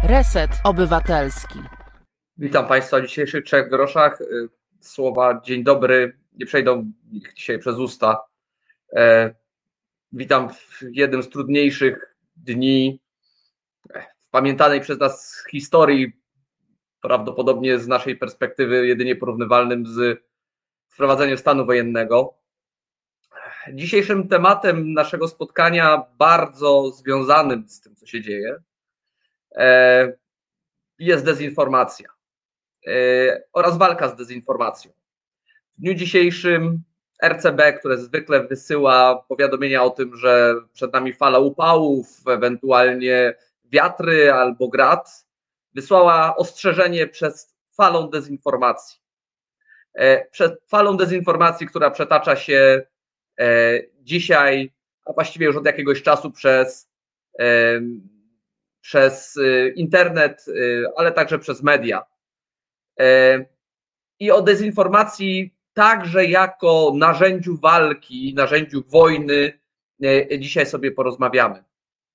Reset Obywatelski. Witam Państwa w dzisiejszych 3 groszach. Słowa dzień dobry nie przejdą dzisiaj przez usta. Witam w jednym z trudniejszych dni w pamiętanej przez nas historii, prawdopodobnie z naszej perspektywy jedynie porównywalnym z wprowadzeniem stanu wojennego. Dzisiejszym tematem naszego spotkania, bardzo związanym z tym, co się dzieje, jest dezinformacja oraz walka z dezinformacją. W dniu dzisiejszym RCB, które zwykle wysyła powiadomienia o tym, że przed nami fala upałów, ewentualnie wiatry albo grad, wysłała ostrzeżenie przed falą dezinformacji. Przed falą dezinformacji, która przetacza się dzisiaj, a właściwie już od jakiegoś czasu przez internet, ale także przez media. I o dezinformacji także jako narzędziu walki, narzędziu wojny dzisiaj sobie porozmawiamy.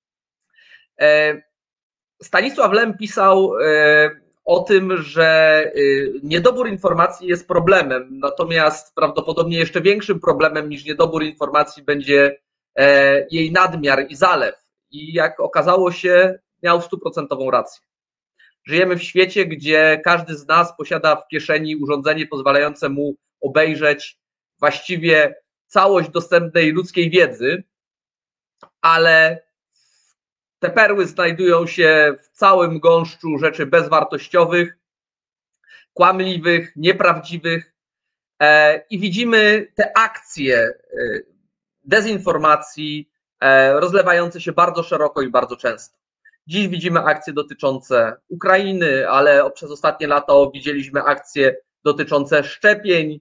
Stanisław Lem pisał o tym, że niedobór informacji jest problemem, natomiast prawdopodobnie jeszcze większym problemem niż niedobór informacji będzie jej nadmiar i zalew. I jak okazało się, miał 100% rację. Żyjemy w świecie, gdzie każdy z nas posiada w kieszeni urządzenie pozwalające mu obejrzeć właściwie całość dostępnej ludzkiej wiedzy, ale te perły znajdują się w całym gąszczu rzeczy bezwartościowych, kłamliwych, nieprawdziwych i widzimy te akcje dezinformacji rozlewające się bardzo szeroko i bardzo często. Dziś widzimy akcje dotyczące Ukrainy, ale przez ostatnie lata widzieliśmy akcje dotyczące szczepień,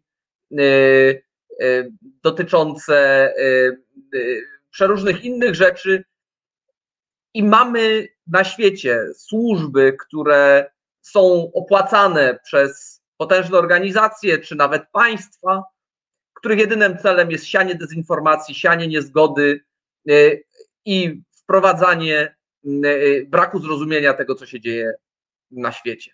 dotyczące przeróżnych innych rzeczy i mamy na świecie służby, które są opłacane przez potężne organizacje, czy nawet państwa, których jedynym celem jest sianie dezinformacji, sianie niezgody i wprowadzanie braku zrozumienia tego, co się dzieje na świecie.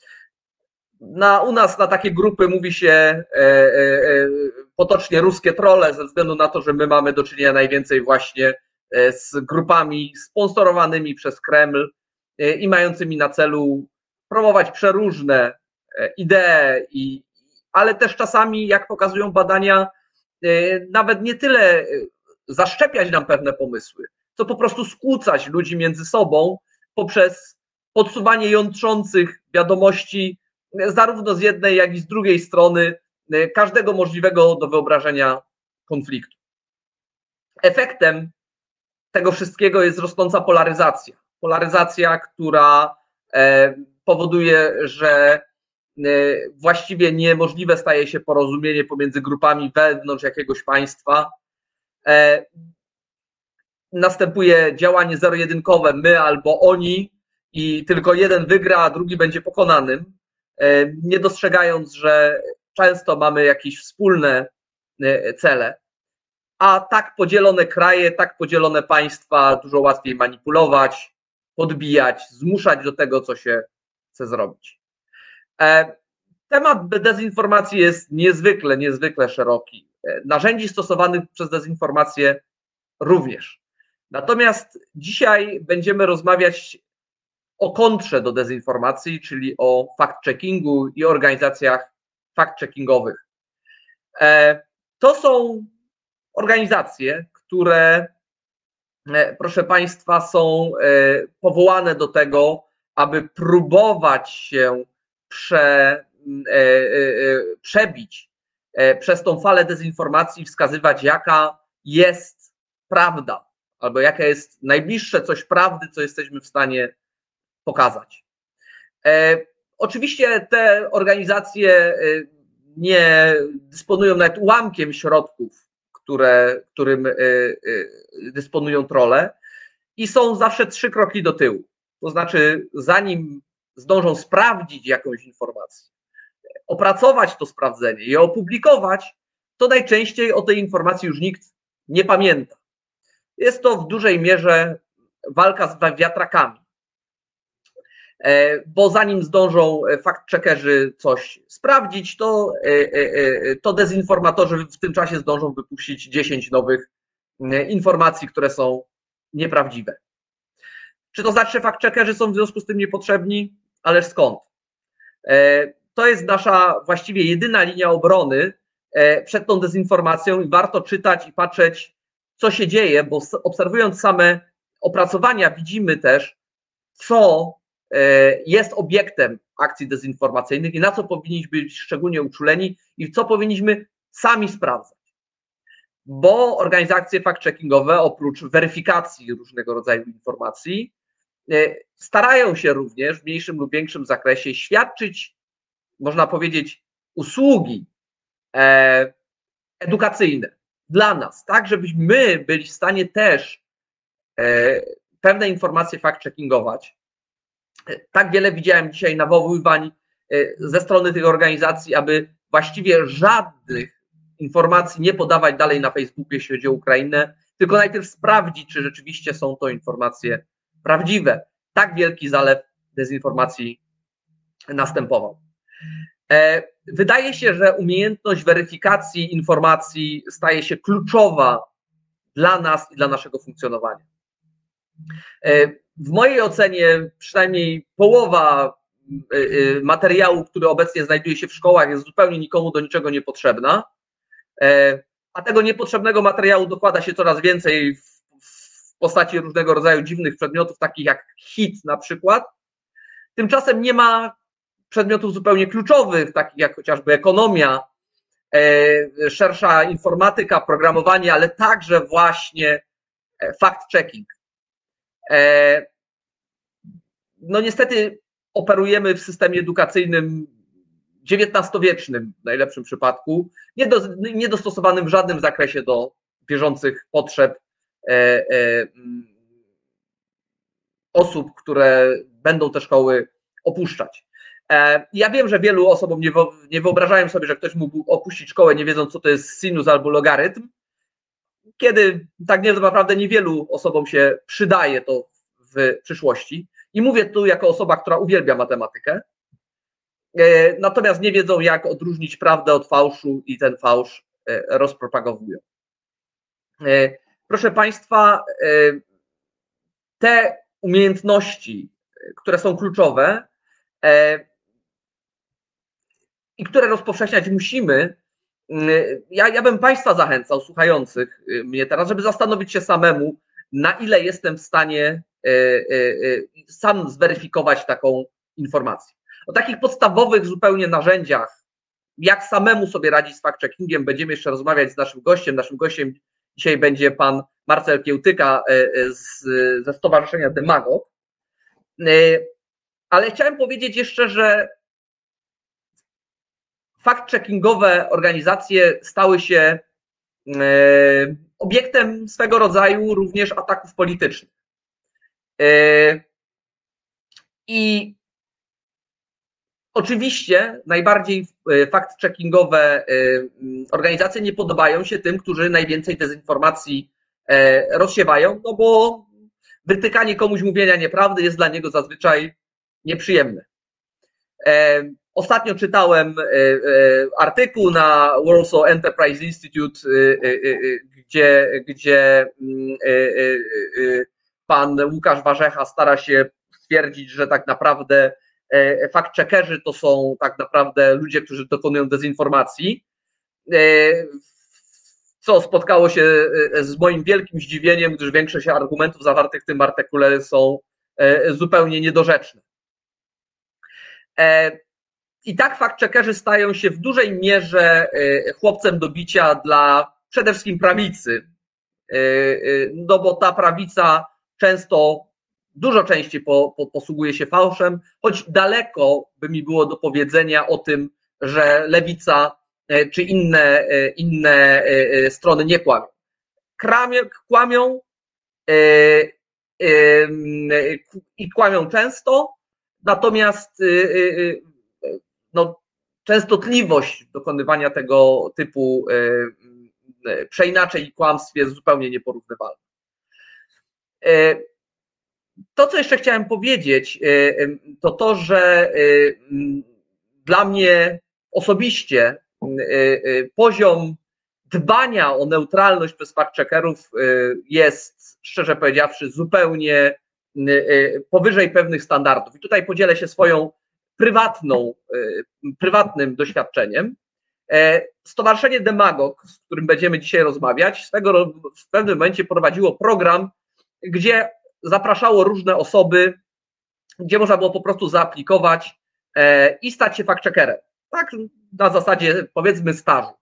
U nas na takie grupy mówi się potocznie ruskie trolle, ze względu na to, że my mamy do czynienia najwięcej właśnie z grupami sponsorowanymi przez Kreml i mającymi na celu promować przeróżne idee, ale też czasami, jak pokazują badania, nawet nie tyle zaszczepiać nam pewne pomysły, co po prostu skłócać ludzi między sobą poprzez podsuwanie jątrzących wiadomości zarówno z jednej, jak i z drugiej strony każdego możliwego do wyobrażenia konfliktu. Efektem tego wszystkiego jest rosnąca polaryzacja. Polaryzacja, która powoduje, że właściwie niemożliwe staje się porozumienie pomiędzy grupami wewnątrz jakiegoś państwa. Następuje działanie zero-jedynkowe, my albo oni i tylko jeden wygra, a drugi będzie pokonanym, nie dostrzegając, że często mamy jakieś wspólne cele, a tak podzielone kraje, tak podzielone państwa dużo łatwiej manipulować, podbijać, zmuszać do tego, co się chce zrobić. Temat dezinformacji jest niezwykle szeroki. Narzędzi stosowanych przez dezinformację również. Natomiast dzisiaj będziemy rozmawiać o kontrze do dezinformacji, czyli o fact-checkingu i organizacjach fact-checkingowych. To są organizacje, które, proszę Państwa, są powołane do tego, aby próbować się przebić przez tą falę dezinformacji, wskazywać, jaka jest prawda, albo jaka jest najbliższe coś prawdy, co jesteśmy w stanie pokazać. Oczywiście te organizacje nie dysponują nawet ułamkiem środków, którym dysponują trolle i są zawsze 3 kroki do tyłu. To znaczy, zanim zdążą sprawdzić jakąś informację, opracować to sprawdzenie i opublikować, to najczęściej o tej informacji już nikt nie pamięta. Jest to w dużej mierze walka z wiatrakami. bo zanim zdążą fact-checkerzy coś sprawdzić, to dezinformatorzy w tym czasie zdążą wypuścić 10 nowych informacji, które są nieprawdziwe. Czy to znaczy, że fact-checkerzy są w związku z tym niepotrzebni? Ależ skąd? To jest nasza właściwie jedyna linia obrony przed tą dezinformacją i warto czytać i patrzeć, co się dzieje, bo obserwując same opracowania widzimy też, co jest obiektem akcji dezinformacyjnych i na co powinniśmy być szczególnie uczuleni i co powinniśmy sami sprawdzać. Bo organizacje fact-checkingowe oprócz weryfikacji różnego rodzaju informacji starają się również w mniejszym lub większym zakresie świadczyć, można powiedzieć, usługi edukacyjne dla nas, tak żebyśmy byli w stanie też pewne informacje fact-checkingować. Tak wiele widziałem dzisiaj nawoływań ze strony tych organizacji, aby właściwie żadnych informacji nie podawać dalej na Facebooku, jeśli chodzi o Ukrainę, tylko najpierw sprawdzić, czy rzeczywiście są to informacje prawdziwe. Tak wielki zalew dezinformacji następował. Wydaje się, że umiejętność weryfikacji informacji staje się kluczowa dla nas i dla naszego funkcjonowania. W mojej ocenie przynajmniej połowa materiału, który obecnie znajduje się w szkołach, jest zupełnie nikomu do niczego niepotrzebna, a tego niepotrzebnego materiału dokłada się coraz więcej w postaci różnego rodzaju dziwnych przedmiotów, takich jak HIT na przykład. Tymczasem nie ma przedmiotów zupełnie kluczowych, takich jak chociażby ekonomia, szersza informatyka, programowanie, ale także właśnie fact-checking. No niestety operujemy w systemie edukacyjnym XIX-wiecznym w najlepszym przypadku, niedostosowanym w żadnym zakresie do bieżących potrzeb osób, które będą te szkoły opuszczać. Ja wiem, że wielu osobom nie wyobrażają sobie, że ktoś mógł opuścić szkołę, nie wiedząc, co to jest sinus albo logarytm, kiedy tak naprawdę niewielu osobom się przydaje to w przyszłości. I mówię tu jako osoba, która uwielbia matematykę, natomiast nie wiedzą, jak odróżnić prawdę od fałszu i ten fałsz rozpropagowują. Proszę Państwa, te umiejętności, które są kluczowe i które rozpowszechniać musimy, ja bym Państwa zachęcał, słuchających mnie teraz, żeby zastanowić się samemu, na ile jestem w stanie sam zweryfikować taką informację. O takich podstawowych zupełnie narzędziach, jak samemu sobie radzić z fact-checkingiem, będziemy jeszcze rozmawiać z naszym gościem. Naszym gościem dzisiaj będzie pan Marcel Kiełtyka ze Stowarzyszenia Demagog. Ale chciałem powiedzieć jeszcze, że fact-checkingowe organizacje stały się obiektem swego rodzaju również ataków politycznych. I oczywiście najbardziej fact-checkingowe organizacje nie podobają się tym, którzy najwięcej dezinformacji rozsiewają, no bo wytykanie komuś mówienia nieprawdy jest dla niego zazwyczaj nieprzyjemne. Ostatnio czytałem artykuł na Warsaw Enterprise Institute, gdzie pan Łukasz Warzecha stara się stwierdzić, że tak naprawdę fact-checkerzy to są tak naprawdę ludzie, którzy dokonują dezinformacji, co spotkało się z moim wielkim zdziwieniem, gdyż większość argumentów zawartych w tym artykule są zupełnie niedorzeczne. I tak fact-checkerzy stają się w dużej mierze chłopcem do bicia dla przede wszystkim prawicy, no bo ta prawica dużo częściej posługuje się fałszem, choć daleko by mi było do powiedzenia o tym, że lewica czy inne strony nie kłamią. Kłamią i kłamią często, natomiast no, częstotliwość dokonywania tego typu przeinaczeń i kłamstw jest zupełnie nieporównywalna. To, co jeszcze chciałem powiedzieć, to to, że dla mnie osobiście poziom dbania o neutralność przez fact-checkerów jest, szczerze powiedziawszy, zupełnie powyżej pewnych standardów. I tutaj podzielę się swoją prywatnym doświadczeniem. Stowarzyszenie Demagog, z którym będziemy dzisiaj rozmawiać, w pewnym momencie prowadziło program, gdzie zapraszało różne osoby, gdzie można było po prostu zaaplikować i stać się fact-checkerem. Tak, na zasadzie powiedzmy stażu.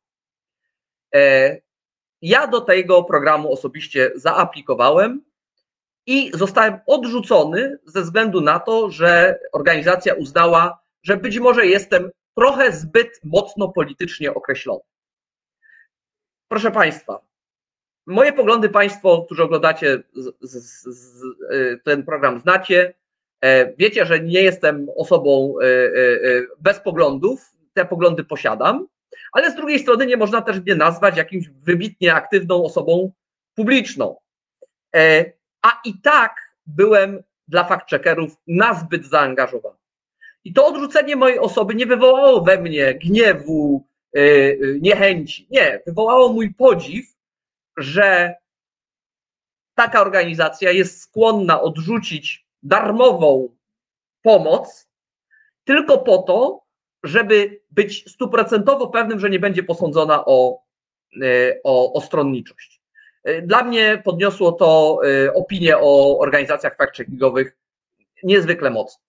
Ja do tego programu osobiście zaaplikowałem i zostałem odrzucony ze względu na to, że organizacja uznała, że być może jestem trochę zbyt mocno politycznie określony. Proszę Państwa, moje poglądy Państwo, którzy oglądacie ten program, znacie. Wiecie, że nie jestem osobą bez poglądów, te poglądy posiadam, ale z drugiej strony nie można też mnie nazwać jakimś wybitnie aktywną osobą publiczną. A i tak byłem dla fact-checkerów nazbyt zaangażowany. I to odrzucenie mojej osoby nie wywołało we mnie gniewu, niechęci. Nie, wywołało mój podziw, że taka organizacja jest skłonna odrzucić darmową pomoc tylko po to, żeby być 100% pewnym, że nie będzie posądzona o stronniczość. Dla mnie podniosło to opinię o organizacjach fact-checkingowych niezwykle mocno.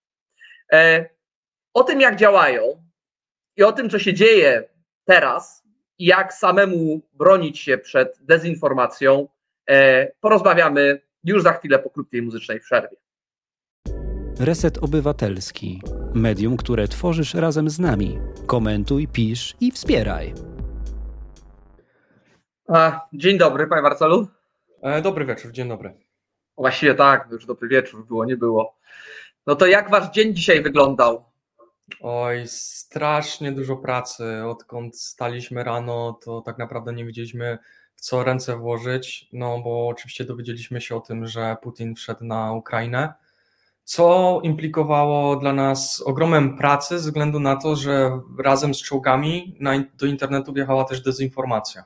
O tym, jak działają i o tym, co się dzieje teraz i jak samemu bronić się przed dezinformacją, porozmawiamy już za chwilę po krótkiej muzycznej przerwie. Reset Obywatelski. Medium, które tworzysz razem z nami. Komentuj, pisz i wspieraj. Dzień dobry, panie Marcelu. Dobry wieczór, dzień dobry. Właściwie tak, już dobry wieczór, było, nie było. No to jak wasz dzień dzisiaj wyglądał? Oj, strasznie dużo pracy. Odkąd staliśmy rano, to tak naprawdę nie wiedzieliśmy, w co ręce włożyć, no bo oczywiście dowiedzieliśmy się o tym, że Putin wszedł na Ukrainę, co implikowało dla nas ogromem pracy ze względu na to, że razem z czołgami do internetu wjechała też dezinformacja.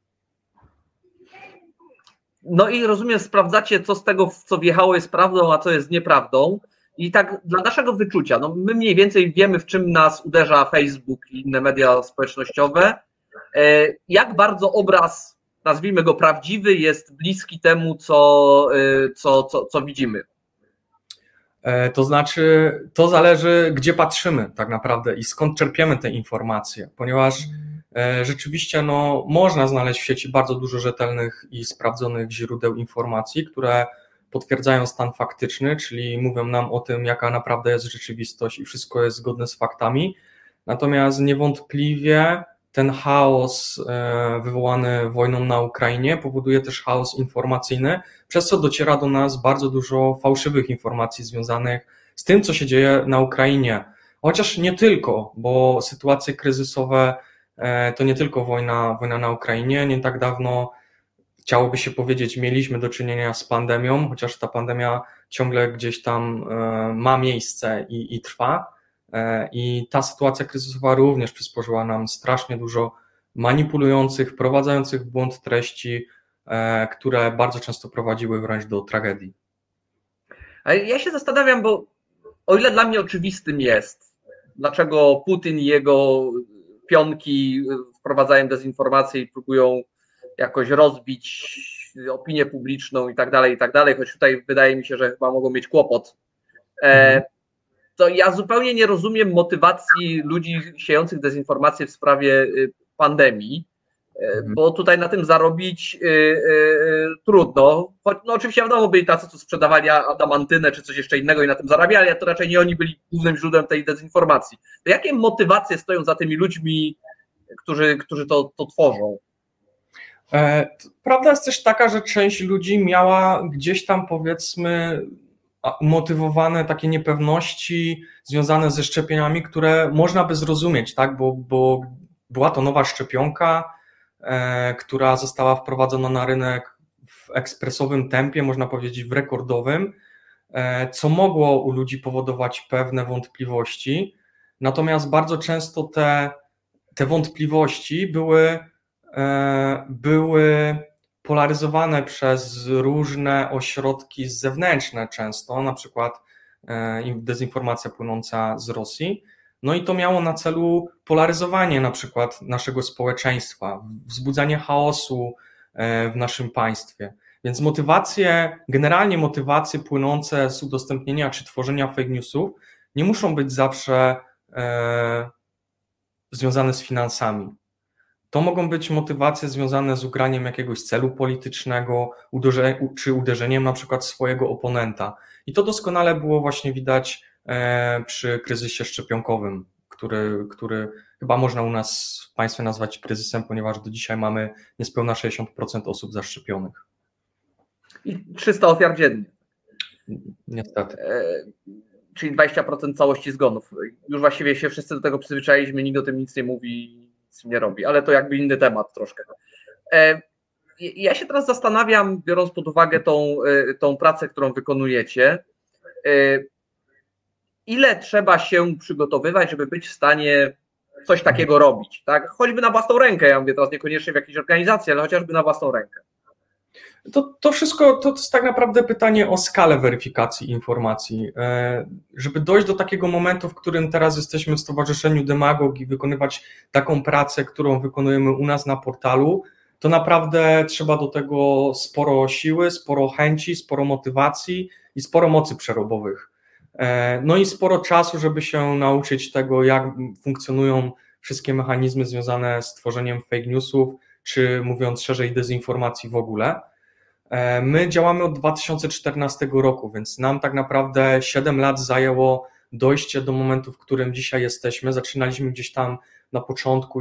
No i rozumiem, sprawdzacie, co z tego, co wjechało, jest prawdą, a co jest nieprawdą. I tak dla naszego wyczucia, no my mniej więcej wiemy, w czym nas uderza Facebook i inne media społecznościowe. Jak bardzo obraz, nazwijmy go prawdziwy, jest bliski temu, co widzimy. To znaczy, to zależy, gdzie patrzymy tak naprawdę i skąd czerpiemy te informacje, ponieważ rzeczywiście można znaleźć w sieci bardzo dużo rzetelnych i sprawdzonych źródeł informacji, które potwierdzają stan faktyczny, czyli mówią nam o tym, jaka naprawdę jest rzeczywistość i wszystko jest zgodne z faktami. Natomiast niewątpliwie ten chaos wywołany wojną na Ukrainie powoduje też chaos informacyjny, przez co dociera do nas bardzo dużo fałszywych informacji związanych z tym, co się dzieje na Ukrainie. Chociaż nie tylko, bo sytuacje kryzysowe to nie tylko wojna na Ukrainie. Nie tak dawno, chciałoby się powiedzieć, mieliśmy do czynienia z pandemią, chociaż ta pandemia ciągle gdzieś tam ma miejsce i trwa. I ta sytuacja kryzysowa również przysporzyła nam strasznie dużo manipulujących, wprowadzających w błąd treści, które bardzo często prowadziły wręcz do tragedii. Ja się zastanawiam, bo o ile dla mnie oczywistym jest, dlaczego Putin i jego pionki wprowadzają dezinformację i próbują jakoś rozbić opinię publiczną i tak dalej, choć tutaj wydaje mi się, że chyba mogą mieć kłopot, to ja zupełnie nie rozumiem motywacji ludzi siejących dezinformację w sprawie pandemii, bo tutaj na tym zarobić trudno. Choć, oczywiście wiadomo, byli tacy, co sprzedawali adamantynę czy coś jeszcze innego i na tym zarabiali, a to raczej nie oni byli głównym źródłem tej dezinformacji. To jakie motywacje stoją za tymi ludźmi, którzy to tworzą? Prawda jest też taka, że część ludzi miała gdzieś tam, powiedzmy, umotywowane takie niepewności związane ze szczepieniami, które można by zrozumieć, tak? Bo była to nowa szczepionka, która została wprowadzona na rynek w ekspresowym tempie, można powiedzieć w rekordowym, co mogło u ludzi powodować pewne wątpliwości, natomiast bardzo często te wątpliwości były polaryzowane przez różne ośrodki zewnętrzne często, na przykład dezinformacja płynąca z Rosji. No i to miało na celu polaryzowanie na przykład naszego społeczeństwa, wzbudzanie chaosu w naszym państwie. Więc generalnie motywacje płynące z udostępnienia czy tworzenia fake newsów nie muszą być zawsze związane z finansami. To mogą być motywacje związane z ugraniem jakiegoś celu politycznego, czy uderzeniem na przykład swojego oponenta. I to doskonale było właśnie widać przy kryzysie szczepionkowym, który chyba można u nas w państwie nazwać kryzysem, ponieważ do dzisiaj mamy niespełna 60% osób zaszczepionych. I 300 ofiar dziennie. Niestety. Czyli 20% całości zgonów. Już właściwie się wszyscy do tego przyzwyczailiśmy, nikt o tym nic nie mówi, nic nie robi, ale to jakby inny temat troszkę. Ja się teraz zastanawiam, biorąc pod uwagę tą pracę, którą wykonujecie, ile trzeba się przygotowywać, żeby być w stanie coś takiego robić, tak? Choćby na własną rękę, ja mówię teraz niekoniecznie w jakiejś organizacji, ale chociażby na własną rękę. To wszystko to jest tak naprawdę pytanie o skalę weryfikacji informacji. Żeby dojść do takiego momentu, w którym teraz jesteśmy w Stowarzyszeniu Demagog i wykonywać taką pracę, którą wykonujemy u nas na portalu, to naprawdę trzeba do tego sporo siły, sporo chęci, sporo motywacji i sporo mocy przerobowych. No i sporo czasu, żeby się nauczyć tego, jak funkcjonują wszystkie mechanizmy związane z tworzeniem fake newsów, czy mówiąc szerzej dezinformacji w ogóle. My działamy od 2014 roku, więc nam tak naprawdę 7 lat zajęło dojście do momentu, w którym dzisiaj jesteśmy. Zaczynaliśmy gdzieś tam na początku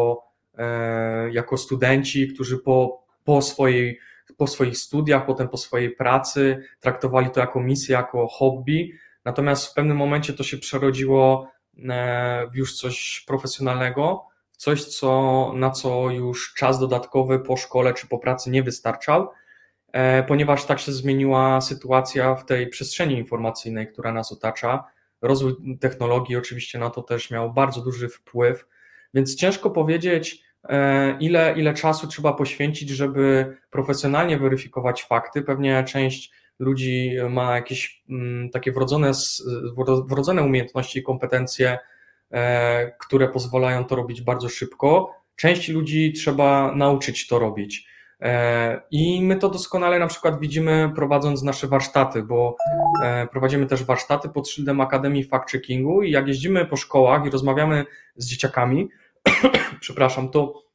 jako studenci, którzy po swoich studiach, potem po swojej pracy traktowali to jako misję, jako hobby. Natomiast w pewnym momencie to się przerodziło w już coś profesjonalnego, coś, na co już czas dodatkowy po szkole czy po pracy nie wystarczał, ponieważ tak się zmieniła sytuacja w tej przestrzeni informacyjnej, która nas otacza. Rozwój technologii oczywiście na to też miał bardzo duży wpływ, więc ciężko powiedzieć, ile czasu trzeba poświęcić, żeby profesjonalnie weryfikować fakty. Pewnie część ludzi ma jakieś takie wrodzone umiejętności i kompetencje, które pozwalają to robić bardzo szybko. Części ludzi trzeba nauczyć to robić. I my to doskonale na przykład widzimy prowadząc nasze warsztaty, bo prowadzimy też warsztaty pod szyldem Akademii Fact-Checkingu i jak jeździmy po szkołach i rozmawiamy z dzieciakami, przepraszam,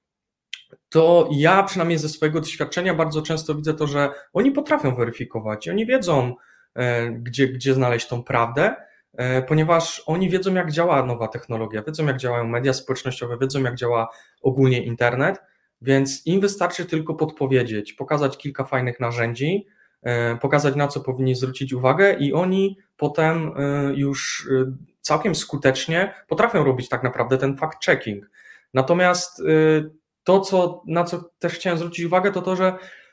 to ja przynajmniej ze swojego doświadczenia bardzo często widzę to, że oni potrafią weryfikować i oni wiedzą, gdzie znaleźć tą prawdę, ponieważ oni wiedzą, jak działa nowa technologia, wiedzą, jak działają media społecznościowe, wiedzą, jak działa ogólnie internet, więc im wystarczy tylko podpowiedzieć, pokazać kilka fajnych narzędzi, pokazać, na co powinni zwrócić uwagę i oni potem już całkiem skutecznie potrafią robić tak naprawdę ten fact-checking. Natomiast na co też chciałem zwrócić uwagę, to, że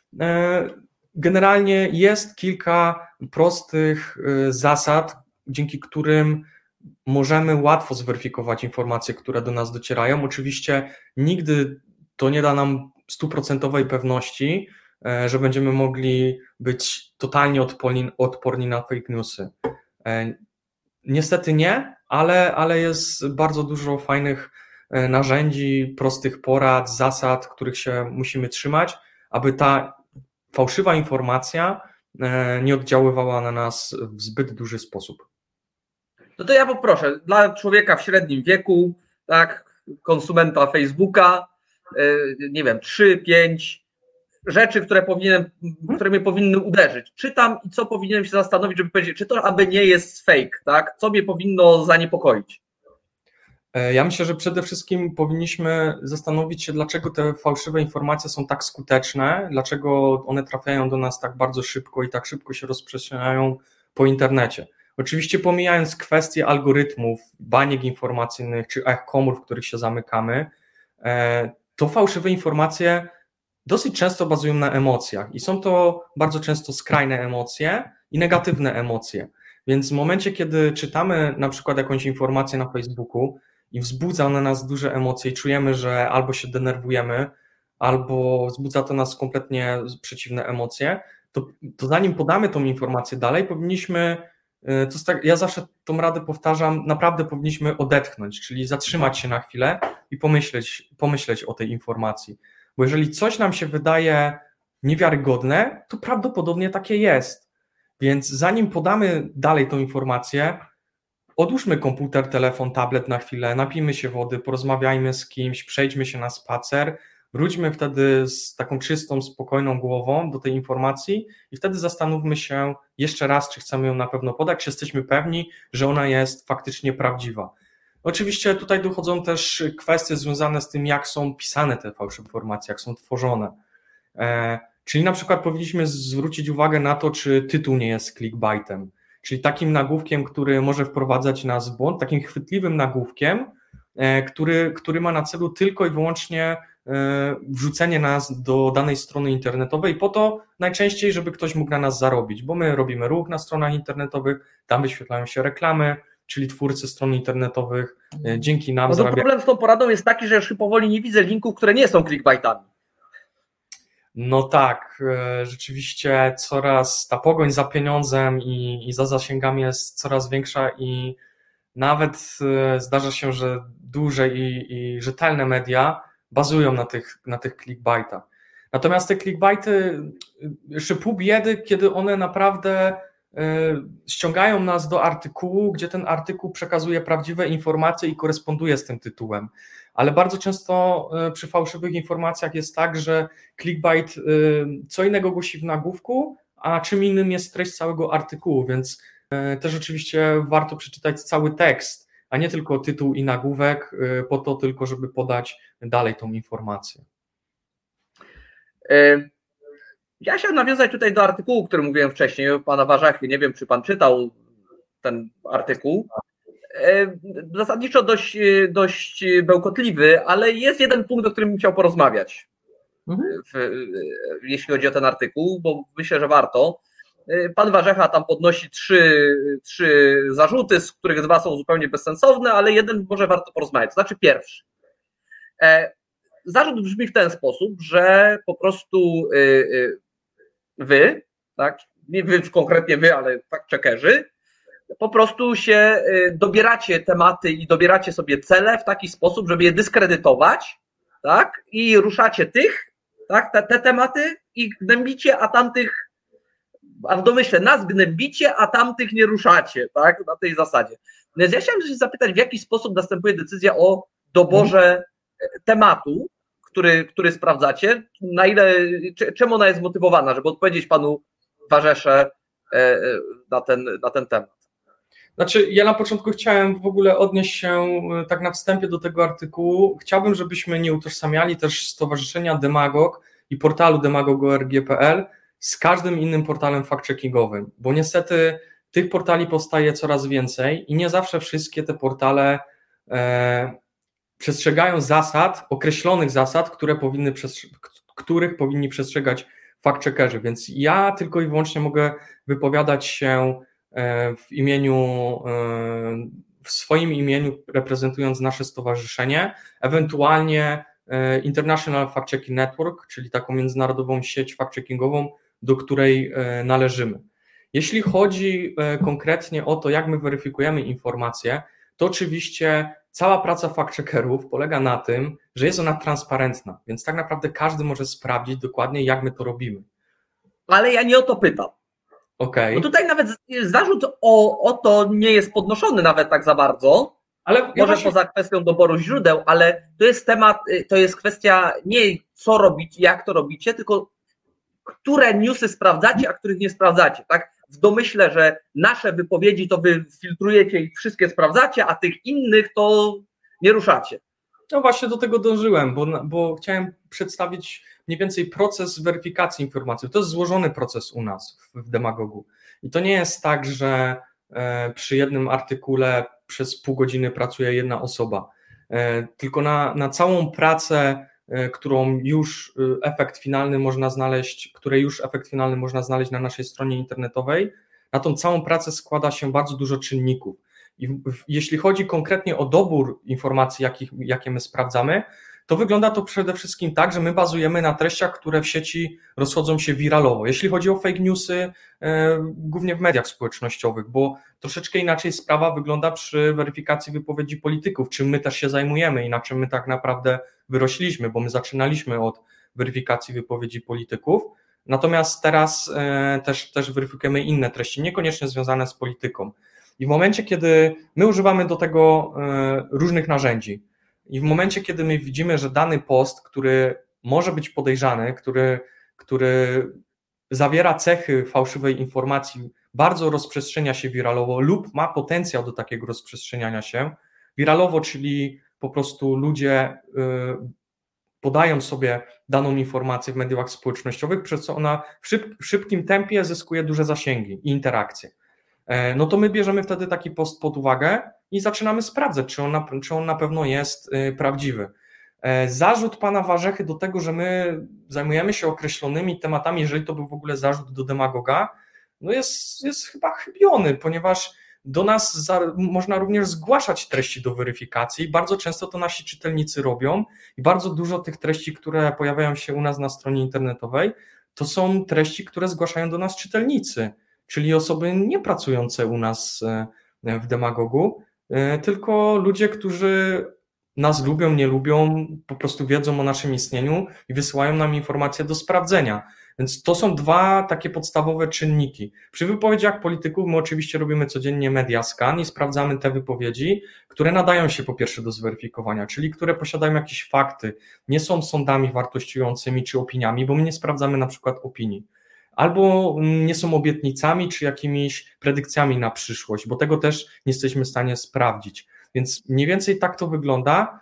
generalnie jest kilka prostych zasad, dzięki którym możemy łatwo zweryfikować informacje, które do nas docierają. Oczywiście nigdy to nie da nam 100% pewności, że będziemy mogli być totalnie odporni na fake newsy. Niestety nie, ale jest bardzo dużo fajnych narzędzi, prostych porad, zasad, których się musimy trzymać, aby ta fałszywa informacja nie oddziaływała na nas w zbyt duży sposób. No to ja poproszę, dla człowieka w średnim wieku, tak, konsumenta Facebooka, nie wiem, 3-5 rzeczy, które mnie powinny uderzyć. Czytam i co powinienem się zastanowić, żeby powiedzieć, czy to aby nie jest fake, tak? Co mnie powinno zaniepokoić? Ja myślę, że przede wszystkim powinniśmy zastanowić się, dlaczego te fałszywe informacje są tak skuteczne, dlaczego one trafiają do nas tak bardzo szybko i tak szybko się rozprzestrzeniają po internecie. Oczywiście pomijając kwestie algorytmów, baniek informacyjnych czy komór, w których się zamykamy, to fałszywe informacje dosyć często bazują na emocjach i są to bardzo często skrajne emocje, i negatywne emocje. Więc w momencie, kiedy czytamy na przykład jakąś informację na Facebooku i wzbudza ona nas duże emocje i czujemy, że albo się denerwujemy, albo wzbudza to nas kompletnie przeciwne emocje, to zanim podamy tą informację dalej, powinniśmy, ja zawsze tą radę powtarzam, naprawdę powinniśmy odetchnąć, czyli zatrzymać się na chwilę i pomyśleć o tej informacji. Bo jeżeli coś nam się wydaje niewiarygodne, to prawdopodobnie takie jest. Więc zanim podamy dalej tą informację, odłóżmy komputer, telefon, tablet na chwilę, napijmy się wody, porozmawiajmy z kimś, przejdźmy się na spacer, wróćmy wtedy z taką czystą, spokojną głową do tej informacji i wtedy zastanówmy się jeszcze raz, czy chcemy ją na pewno podać, czy jesteśmy pewni, że ona jest faktycznie prawdziwa. Oczywiście tutaj dochodzą też kwestie związane z tym, jak są pisane te fałszywe informacje, jak są tworzone. Czyli na przykład powinniśmy zwrócić uwagę na to, czy tytuł nie jest clickbaitem, czyli takim nagłówkiem, który może wprowadzać nas w błąd, takim chwytliwym nagłówkiem, który ma na celu tylko i wyłącznie wrzucenie nas do danej strony internetowej po to najczęściej, żeby ktoś mógł na nas zarobić, bo my robimy ruch na stronach internetowych, tam wyświetlają się reklamy, czyli twórcy stron internetowych dzięki nam zarabiają. Problem z tą poradą jest taki, że już powoli nie widzę linków, które nie są clickbaitami. No tak, rzeczywiście coraz ta pogoń za pieniądzem i za zasięgami jest coraz większa i nawet zdarza się, że duże i rzetelne media bazują na tych clickbaitach. Natomiast te clickbaity, jeszcze pół biedy, kiedy one naprawdę ściągają nas do artykułu, gdzie ten artykuł przekazuje prawdziwe informacje i koresponduje z tym tytułem. Ale bardzo często przy fałszywych informacjach jest tak, że clickbait co innego głosi w nagłówku, a czym innym jest treść całego artykułu, więc też oczywiście warto przeczytać cały tekst, a nie tylko tytuł i nagłówek, po to tylko, żeby podać dalej tą informację. Ja chciałem nawiązać tutaj do artykułu, który mówiłem wcześniej, pana Warzachy. Nie wiem, czy pan czytał ten artykuł. Zasadniczo dość bełkotliwy, ale jest jeden punkt, o którym bym chciał porozmawiać, jeśli chodzi o ten artykuł, bo myślę, że warto. Pan Warzecha tam podnosi trzy zarzuty, z których dwa są zupełnie bezsensowne, ale jeden może warto porozmawiać. To znaczy pierwszy. Zarzut brzmi w ten sposób, że po prostu wy, tak, nie wy konkretnie wy, ale fact-checkerzy, po prostu się dobieracie tematy i dobieracie sobie cele w taki sposób, żeby je dyskredytować, tak, i ruszacie te tematy i gnębicie, a tamtych, a w domyśle nas gnębicie, a tamtych nie ruszacie, tak, na tej zasadzie. Więc ja chciałem się zapytać, w jaki sposób następuje decyzja o doborze tematu, który sprawdzacie, czemu ona jest zmotywowana, żeby odpowiedzieć panu Warzesze na ten temat. Znaczy, ja na początku chciałem w ogóle odnieść się tak na wstępie do tego artykułu. Chciałbym, żebyśmy nie utożsamiali też Stowarzyszenia Demagog i portalu demagog.org.pl z każdym innym portalem fact-checkingowym, bo niestety tych portali powstaje coraz więcej i nie zawsze wszystkie te portale przestrzegają zasad, określonych zasad, których powinni przestrzegać fact-checkerzy, więc ja tylko i wyłącznie mogę wypowiadać się w swoim imieniu, reprezentując nasze stowarzyszenie, ewentualnie International Fact-Checking Network, czyli taką międzynarodową sieć fact-checkingową, do której należymy. Jeśli chodzi konkretnie o to, jak my weryfikujemy informacje, to oczywiście cała praca fact-checkerów polega na tym, że jest ona transparentna, więc tak naprawdę każdy może sprawdzić dokładnie, jak my to robimy. Ale ja nie o to pytam. Okay. Bo tutaj nawet zarzut o to nie jest podnoszony nawet tak za bardzo, ale może poza kwestią doboru źródeł, ale to jest temat, to jest kwestia nie co robić, jak to robicie, tylko które newsy sprawdzacie, a których nie sprawdzacie, tak? W domyśle, że nasze wypowiedzi to wy filtrujecie i wszystkie sprawdzacie, a tych innych to nie ruszacie. No właśnie do tego dążyłem, bo chciałem przedstawić mniej więcej proces weryfikacji informacji. To jest złożony proces u nas w Demagogu. I to nie jest tak, że przy jednym artykule przez pół godziny pracuje jedna osoba, tylko na całą pracę, której już efekt finalny można znaleźć na naszej stronie internetowej, na tą całą pracę składa się bardzo dużo czynników. I jeśli chodzi konkretnie o dobór informacji, jakie my sprawdzamy, to wygląda to przede wszystkim tak, że my bazujemy na treściach, które w sieci rozchodzą się wiralowo. Jeśli chodzi o fake newsy, głównie w mediach społecznościowych, bo troszeczkę inaczej sprawa wygląda przy weryfikacji wypowiedzi polityków, czym my też się zajmujemy i na czym my tak naprawdę wyrośliśmy, bo my zaczynaliśmy od weryfikacji wypowiedzi polityków, natomiast teraz też weryfikujemy inne treści, niekoniecznie związane z polityką. I w momencie, kiedy my używamy do tego różnych narzędzi i w momencie, kiedy my widzimy, że dany post, który może być podejrzany, który zawiera cechy fałszywej informacji, bardzo rozprzestrzenia się wiralowo lub ma potencjał do takiego rozprzestrzeniania się wiralowo, czyli po prostu ludzie podają sobie daną informację w mediach społecznościowych, przez co ona w szybkim tempie zyskuje duże zasięgi i interakcje. No to my bierzemy wtedy taki post pod uwagę i zaczynamy sprawdzać, czy on na pewno jest prawdziwy. Zarzut pana Warzechy do tego, że my zajmujemy się określonymi tematami, jeżeli to był w ogóle zarzut do demagoga, no jest chyba chybiony, ponieważ do nas można również zgłaszać treści do weryfikacji. Bardzo często to nasi czytelnicy robią i bardzo dużo tych treści, które pojawiają się u nas na stronie internetowej, to są treści, które zgłaszają do nas czytelnicy, czyli osoby nie pracujące u nas w Demagogu, tylko ludzie, którzy nas lubią, nie lubią, po prostu wiedzą o naszym istnieniu i wysyłają nam informacje do sprawdzenia. Więc to są dwa takie podstawowe czynniki. Przy wypowiedziach polityków my oczywiście robimy codziennie media scan i sprawdzamy te wypowiedzi, które nadają się po pierwsze do zweryfikowania, czyli które posiadają jakieś fakty, nie są sądami wartościującymi czy opiniami, bo my nie sprawdzamy na przykład opinii. Albo nie są obietnicami czy jakimiś predykcjami na przyszłość, bo tego też nie jesteśmy w stanie sprawdzić. Więc mniej więcej tak to wygląda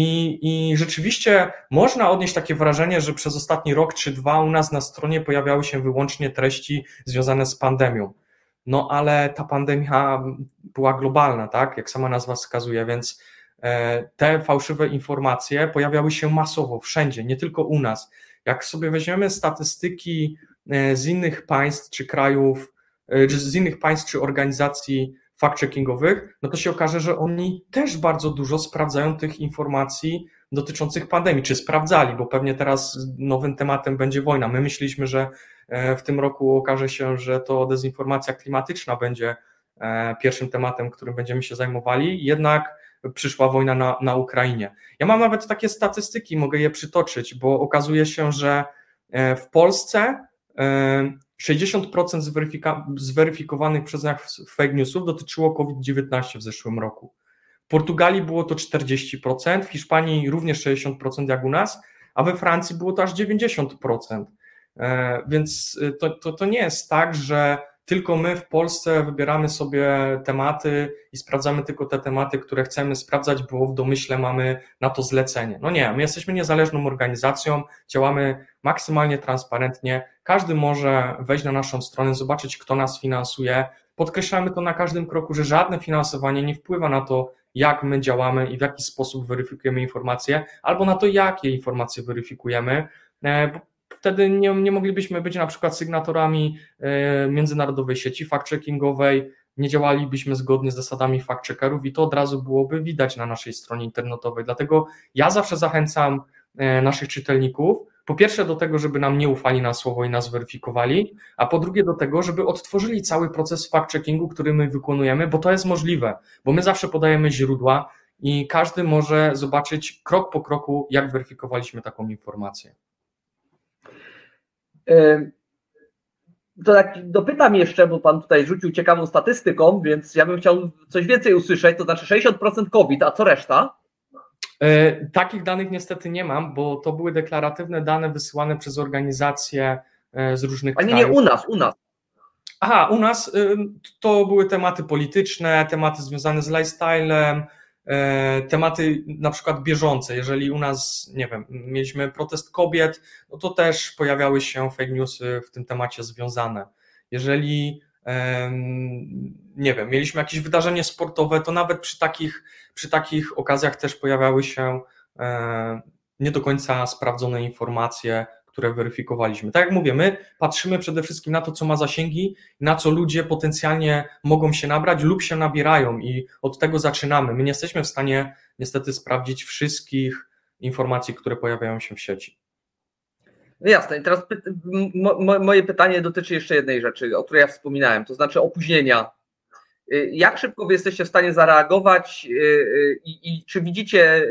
i rzeczywiście można odnieść takie wrażenie, że przez ostatni rok czy dwa u nas na stronie pojawiały się wyłącznie treści związane z pandemią. No ale ta pandemia była globalna, tak, jak sama nazwa wskazuje, więc te fałszywe informacje pojawiały się masowo, wszędzie, nie tylko u nas. Jak sobie weźmiemy statystyki z innych państw czy krajów, z innych państw czy organizacji fact-checkingowych, no to się okaże, że oni też bardzo dużo sprawdzają tych informacji dotyczących pandemii, czy sprawdzali, bo pewnie teraz nowym tematem będzie wojna. My myśleliśmy, że w tym roku okaże się, że to dezinformacja klimatyczna będzie pierwszym tematem, którym będziemy się zajmowali, jednak przyszła wojna na Ukrainie. Ja mam nawet takie statystyki, mogę je przytoczyć, bo okazuje się, że w Polsce 60% zweryfikowanych przez nas fake newsów dotyczyło COVID-19 w zeszłym roku. W Portugalii było to 40%, w Hiszpanii również 60% jak u nas, a we Francji było to aż 90%. Więc to nie jest tak, że tylko my w Polsce wybieramy sobie tematy i sprawdzamy tylko te tematy, które chcemy sprawdzać, bo w domyśle mamy na to zlecenie. No nie, my jesteśmy niezależną organizacją, działamy maksymalnie transparentnie, każdy może wejść na naszą stronę, zobaczyć, kto nas finansuje. Podkreślamy to na każdym kroku, że żadne finansowanie nie wpływa na to, jak my działamy i w jaki sposób weryfikujemy informacje, albo na to, jakie informacje weryfikujemy, bo wtedy nie moglibyśmy być na przykład sygnatorami międzynarodowej sieci fact-checkingowej, nie działalibyśmy zgodnie z zasadami fact-checkerów i to od razu byłoby widać na naszej stronie internetowej. Dlatego ja zawsze zachęcam naszych czytelników, po pierwsze do tego, żeby nam nie ufali na słowo i nas weryfikowali, a po drugie do tego, żeby odtworzyli cały proces fact-checkingu, który my wykonujemy, bo to jest możliwe, bo my zawsze podajemy źródła i każdy może zobaczyć krok po kroku, jak weryfikowaliśmy taką informację. To tak dopytam jeszcze, bo pan tutaj rzucił ciekawą statystyką, więc ja bym chciał coś więcej usłyszeć, to znaczy 60% COVID, a co reszta? Takich danych niestety nie mam, bo to były deklaratywne dane wysyłane przez organizacje z różnych krajów. Nie, u nas. Aha, u nas to były tematy polityczne, tematy związane z lifestylem, tematy na przykład bieżące. Jeżeli u nas, nie wiem, mieliśmy protest kobiet, no to też pojawiały się fake newsy w tym temacie związane. Jeżeli, nie wiem, mieliśmy jakieś wydarzenie sportowe, to nawet przy takich okazjach też pojawiały się nie do końca sprawdzone informacje, które weryfikowaliśmy. Tak jak mówię, my patrzymy przede wszystkim na to, co ma zasięgi, na co ludzie potencjalnie mogą się nabrać lub się nabierają i od tego zaczynamy. My nie jesteśmy w stanie niestety sprawdzić wszystkich informacji, które pojawiają się w sieci. Jasne. I teraz moje pytanie dotyczy jeszcze jednej rzeczy, o której ja wspominałem, to znaczy opóźnienia. Jak szybko wy jesteście w stanie zareagować i czy widzicie,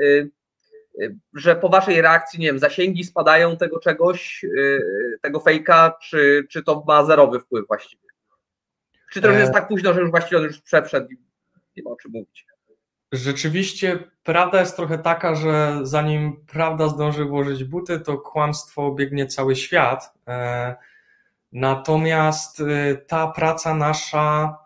że po waszej reakcji, nie wiem, zasięgi spadają tego czegoś, tego fejka, czy to ma zerowy wpływ właściwie? Czy to już jest tak późno, że już właściwie on już przeszedł i nie ma o czym mówić? Rzeczywiście prawda jest trochę taka, że zanim prawda zdąży włożyć buty, to kłamstwo obiegnie cały świat. Natomiast ta praca nasza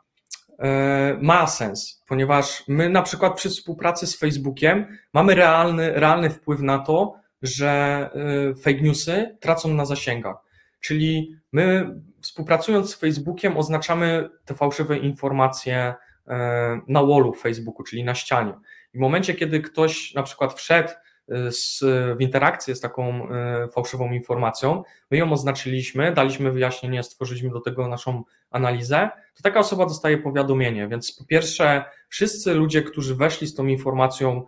ma sens, ponieważ my na przykład przy współpracy z Facebookiem mamy realny wpływ na to, że fake newsy tracą na zasięgach. Czyli my współpracując z Facebookiem oznaczamy te fałszywe informacje na wallu w Facebooku, czyli na ścianie. I w momencie, kiedy ktoś na przykład wszedł w interakcję z taką fałszywą informacją, my ją oznaczyliśmy, daliśmy wyjaśnienie, stworzyliśmy do tego naszą analizę, to taka osoba dostaje powiadomienie. Więc po pierwsze, wszyscy ludzie, którzy weszli z tą informacją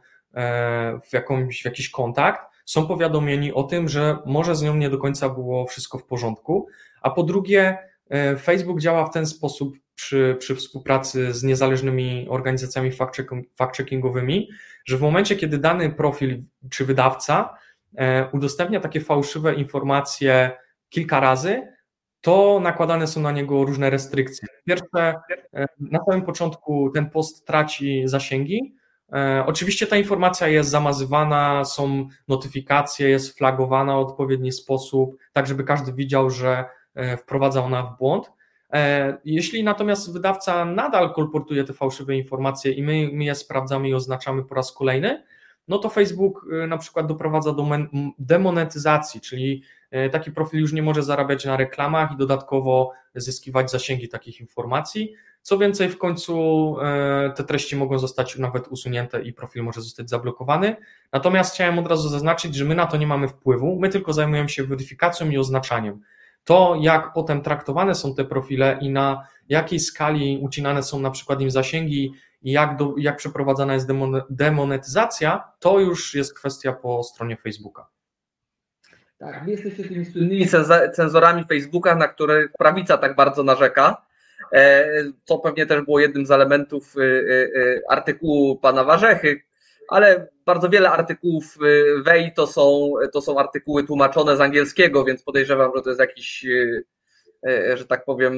w jakiś kontakt, są powiadomieni o tym, że może z nią nie do końca było wszystko w porządku, a po drugie, Facebook działa w ten sposób przy współpracy z niezależnymi organizacjami fact-checkingowymi, że w momencie, kiedy dany profil czy wydawca udostępnia takie fałszywe informacje kilka razy, to nakładane są na niego różne restrykcje. Pierwsze, na samym początku ten post traci zasięgi. Oczywiście ta informacja jest zamazywana, są notyfikacje, jest flagowana w odpowiedni sposób, tak żeby każdy widział, że wprowadza ona w błąd. Jeśli natomiast wydawca nadal kolportuje te fałszywe informacje i my je sprawdzamy i oznaczamy po raz kolejny, no to Facebook na przykład doprowadza do demonetyzacji, czyli taki profil już nie może zarabiać na reklamach i dodatkowo zyskiwać zasięgi takich informacji. Co więcej, w końcu te treści mogą zostać nawet usunięte i profil może zostać zablokowany. Natomiast chciałem od razu zaznaczyć, że my na to nie mamy wpływu, my tylko zajmujemy się weryfikacją i oznaczaniem. To, jak potem traktowane są te profile i na jakiej skali ucinane są na przykład im zasięgi i jak przeprowadzana jest demonetyzacja, to już jest kwestia po stronie Facebooka. Tak, wy jesteście tymi słynnymi cenzorami Facebooka, na które prawica tak bardzo narzeka. To pewnie też było jednym z elementów artykułu pana Warzechy, ale bardzo wiele artykułów WEI to są artykuły tłumaczone z angielskiego, więc podejrzewam, że to jest jakiś, że tak powiem,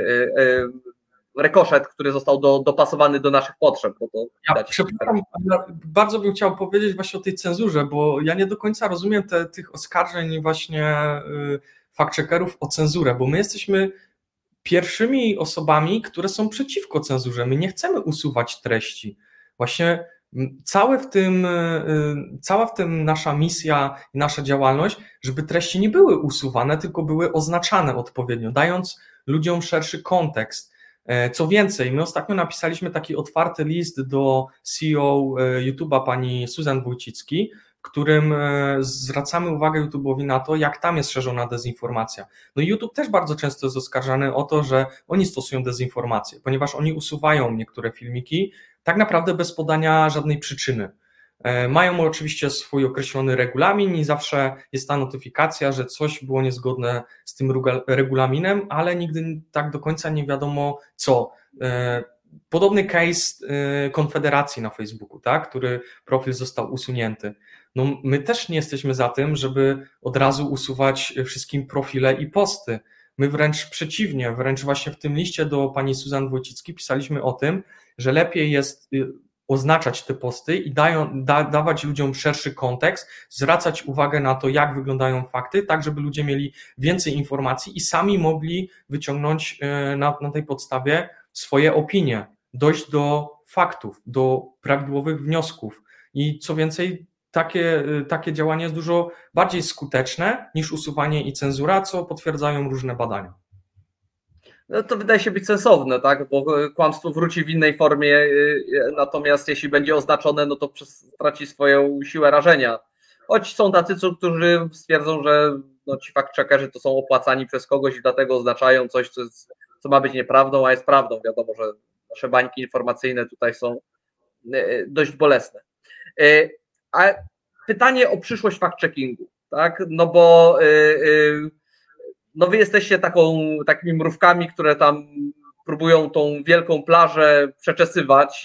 rekoszet, który został dopasowany do naszych potrzeb. Bo to przepraszam, bardzo bym chciał powiedzieć właśnie o tej cenzurze, bo ja nie do końca rozumiem tych oskarżeń właśnie fact-checkerów o cenzurę, bo my jesteśmy pierwszymi osobami, które są przeciwko cenzurze. My nie chcemy usuwać treści. Właśnie cała w tym nasza misja i nasza działalność, żeby treści nie były usuwane, tylko były oznaczane odpowiednio, dając ludziom szerszy kontekst. Co więcej, my ostatnio napisaliśmy taki otwarty list do CEO YouTube'a pani Susan Wójcicki, w którym zwracamy uwagę YouTube'owi na to, jak tam jest szerzona dezinformacja. No i YouTube też bardzo często jest oskarżany o to, że oni stosują dezinformację, ponieważ oni usuwają niektóre filmiki tak naprawdę bez podania żadnej przyczyny. Mają oczywiście swój określony regulamin i zawsze jest ta notyfikacja, że coś było niezgodne z tym regulaminem, ale nigdy tak do końca nie wiadomo co. Podobny case Konfederacji na Facebooku, tak, który profil został usunięty. No my też nie jesteśmy za tym, żeby od razu usuwać wszystkim profile i posty. My wręcz przeciwnie, wręcz właśnie w tym liście do pani Susan Wójcickiej pisaliśmy o tym, że lepiej jest oznaczać te posty i dawać ludziom szerszy kontekst, zwracać uwagę na to, jak wyglądają fakty, tak żeby ludzie mieli więcej informacji i sami mogli wyciągnąć na tej podstawie swoje opinie, dojść do faktów, do prawidłowych wniosków. I co więcej, takie działanie jest dużo bardziej skuteczne niż usuwanie i cenzura, co potwierdzają różne badania. No to wydaje się być sensowne, tak? Bo kłamstwo wróci w innej formie, natomiast jeśli będzie oznaczone, no to straci swoją siłę rażenia. Choć są tacy, którzy stwierdzą, że no ci fact-checkerzy to są opłacani przez kogoś i dlatego oznaczają coś, co ma być nieprawdą, a jest prawdą. Wiadomo, że nasze bańki informacyjne tutaj są dość bolesne. A pytanie o przyszłość fact-checkingu, tak? No bo no wy jesteście takimi mrówkami, które tam próbują tą wielką plażę przeczesywać.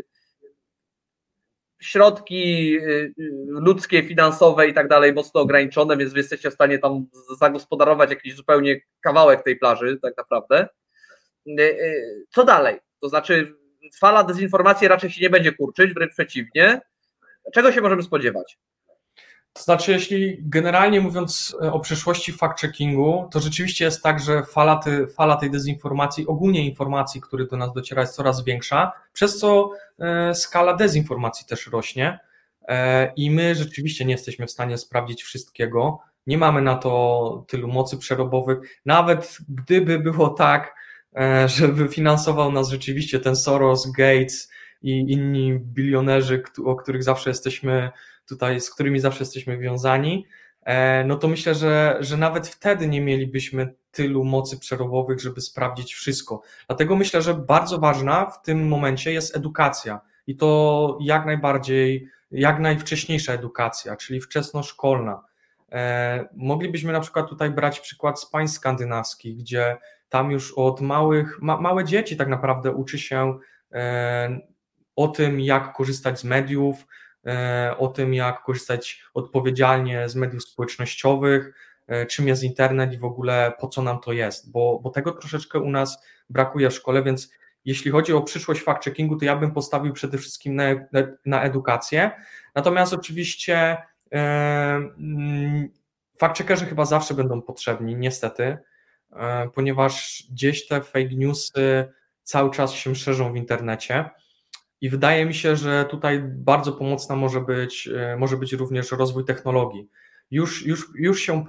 Środki ludzkie, finansowe i tak dalej mocno ograniczone, więc wy jesteście w stanie tam zagospodarować jakiś zupełnie kawałek tej plaży tak naprawdę. Co dalej? To znaczy fala dezinformacji raczej się nie będzie kurczyć, wręcz przeciwnie. Czego się możemy spodziewać? To znaczy, jeśli generalnie mówiąc o przyszłości fact-checkingu, to rzeczywiście jest tak, że fala tej dezinformacji, ogólnie informacji, które do nas dociera, jest coraz większa, przez co skala dezinformacji też rośnie i my rzeczywiście nie jesteśmy w stanie sprawdzić wszystkiego. Nie mamy na to tylu mocy przerobowych. Nawet gdyby było tak, żeby finansował nas rzeczywiście ten Soros, Gates i inni bilionerzy, o których zawsze jesteśmy tutaj, z którymi zawsze jesteśmy wiązani, no to myślę, że nawet wtedy nie mielibyśmy tylu mocy przerobowych, żeby sprawdzić wszystko. Dlatego myślę, że bardzo ważna w tym momencie jest edukacja i to jak najbardziej, jak najwcześniejsza edukacja, czyli wczesnoszkolna. Moglibyśmy na przykład tutaj brać przykład z państw skandynawskich, gdzie tam już od małe dzieci tak naprawdę uczy się o tym, jak korzystać z mediów, o tym, jak korzystać odpowiedzialnie z mediów społecznościowych, czym jest internet i w ogóle po co nam to jest, bo tego troszeczkę u nas brakuje w szkole, więc jeśli chodzi o przyszłość fact-checkingu, to ja bym postawił przede wszystkim na edukację, natomiast oczywiście fact-checkerzy chyba zawsze będą potrzebni, niestety, ponieważ gdzieś te fake newsy cały czas się szerzą w internecie. I wydaje mi się, że tutaj bardzo pomocna może być również rozwój technologii. Już się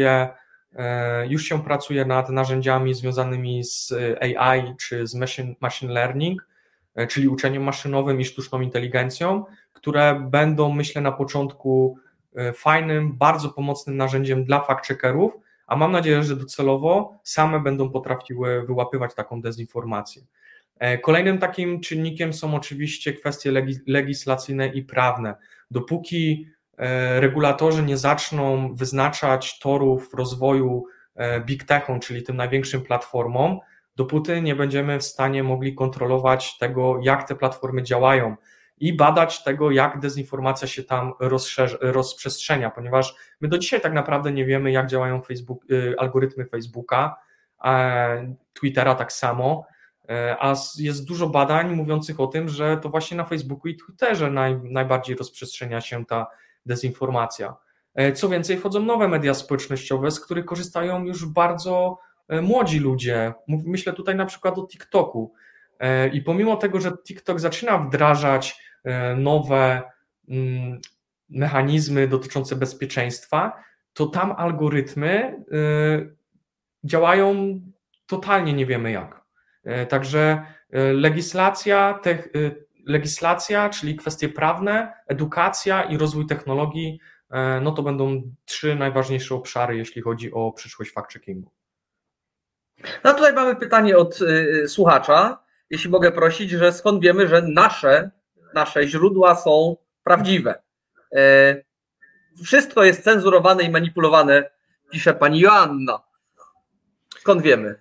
pracuje nad narzędziami związanymi z AI czy z machine learning, czyli uczeniem maszynowym i sztuczną inteligencją, które będą, myślę, na początku fajnym, bardzo pomocnym narzędziem dla fact-checkerów, a mam nadzieję, że docelowo same będą potrafiły wyłapywać taką dezinformację. Kolejnym takim czynnikiem są oczywiście kwestie legislacyjne i prawne. Dopóki regulatorzy nie zaczną wyznaczać torów rozwoju big techom, czyli tym największym platformom, dopóty nie będziemy w stanie mogli kontrolować tego, jak te platformy działają i badać tego, jak dezinformacja się tam rozprzestrzenia, ponieważ my do dzisiaj tak naprawdę nie wiemy, jak działają algorytmy Facebooka, Twittera tak samo, a jest dużo badań mówiących o tym, że to właśnie na Facebooku i Twitterze najbardziej rozprzestrzenia się ta dezinformacja. Co więcej, wchodzą nowe media społecznościowe, z których korzystają już bardzo młodzi ludzie. Myślę tutaj na przykład o TikToku. I pomimo tego, że TikTok zaczyna wdrażać nowe mechanizmy dotyczące bezpieczeństwa, to tam algorytmy działają totalnie nie wiemy jak. Także legislacja, czyli kwestie prawne, edukacja i rozwój technologii, no to będą 3 najważniejsze obszary, jeśli chodzi o przyszłość fact-checkingu. No tutaj mamy pytanie od słuchacza, jeśli mogę prosić, że skąd wiemy, że nasze źródła są prawdziwe. Wszystko jest cenzurowane i manipulowane, pisze pani Joanna. Skąd wiemy?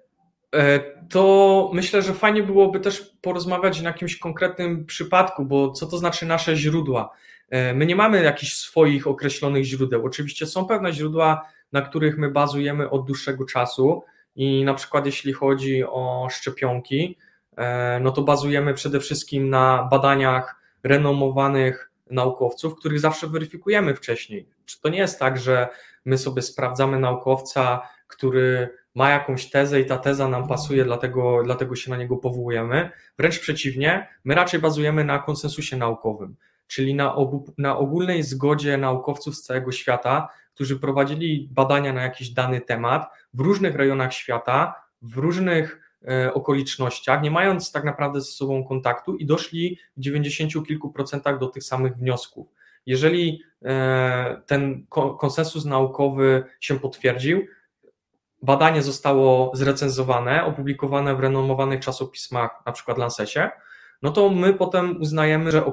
To myślę, że fajnie byłoby też porozmawiać na jakimś konkretnym przypadku, bo co to znaczy nasze źródła? My nie mamy jakichś swoich określonych źródeł. Oczywiście są pewne źródła, na których my bazujemy od dłuższego czasu i na przykład jeśli chodzi o szczepionki, no to bazujemy przede wszystkim na badaniach renomowanych naukowców, których zawsze weryfikujemy wcześniej. Czy to nie jest tak, że my sobie sprawdzamy naukowca, który ma jakąś tezę i ta teza nam pasuje, dlatego się na niego powołujemy. Wręcz przeciwnie, my raczej bazujemy na konsensusie naukowym, czyli na ogólnej zgodzie naukowców z całego świata, którzy prowadzili badania na jakiś dany temat w różnych rejonach świata, w różnych okolicznościach, nie mając tak naprawdę ze sobą kontaktu i doszli w 90 kilku procentach do tych samych wniosków. Jeżeli ten konsensus naukowy się potwierdził, badanie zostało zrecenzowane, opublikowane w renomowanych czasopismach, na przykład Lancesie, no to my potem uznajemy, że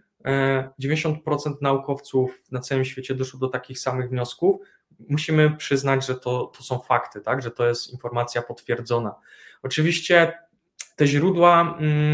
90% naukowców na całym świecie doszło do takich samych wniosków. Musimy przyznać, że to są fakty, tak? Że to jest informacja potwierdzona. Oczywiście te źródła,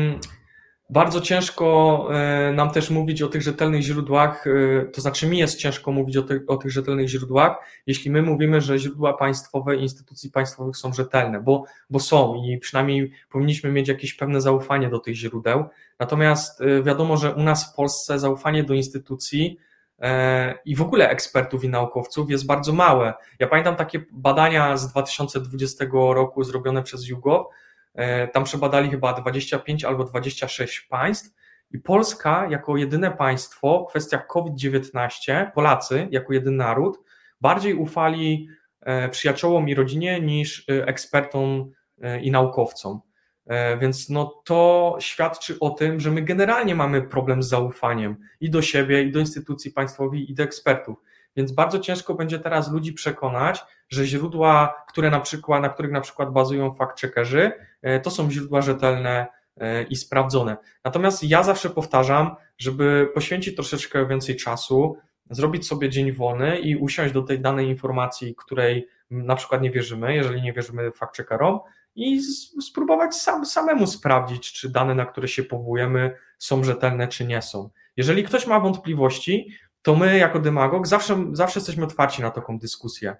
bardzo ciężko nam też mówić o tych rzetelnych źródłach, to znaczy mi jest ciężko mówić o tych rzetelnych źródłach, jeśli my mówimy, że źródła państwowe i instytucji państwowych są rzetelne, bo są i przynajmniej powinniśmy mieć jakieś pewne zaufanie do tych źródeł. Natomiast wiadomo, że u nas w Polsce zaufanie do instytucji i w ogóle ekspertów i naukowców jest bardzo małe. Ja pamiętam takie badania z 2020 roku zrobione przez YouGov. Tam przebadali chyba 25 albo 26 państw i Polska jako jedyne państwo w kwestiach COVID-19, Polacy jako jedyny naród, bardziej ufali przyjaciołom i rodzinie niż ekspertom i naukowcom. Więc no to świadczy o tym, że my generalnie mamy problem z zaufaniem i do siebie, i do instytucji państwowych, i do ekspertów. Więc bardzo ciężko będzie teraz ludzi przekonać, że źródła, na których na przykład bazują fact-checkerzy, to są źródła rzetelne i sprawdzone. Natomiast ja zawsze powtarzam, żeby poświęcić troszeczkę więcej czasu, zrobić sobie dzień wolny i usiąść do tej danej informacji, której na przykład nie wierzymy, jeżeli nie wierzymy fact-checkerom, i spróbować samemu sprawdzić, czy dane, na które się powołujemy, są rzetelne, czy nie są. Jeżeli ktoś ma wątpliwości, to my jako Demagog zawsze jesteśmy otwarci na taką dyskusję.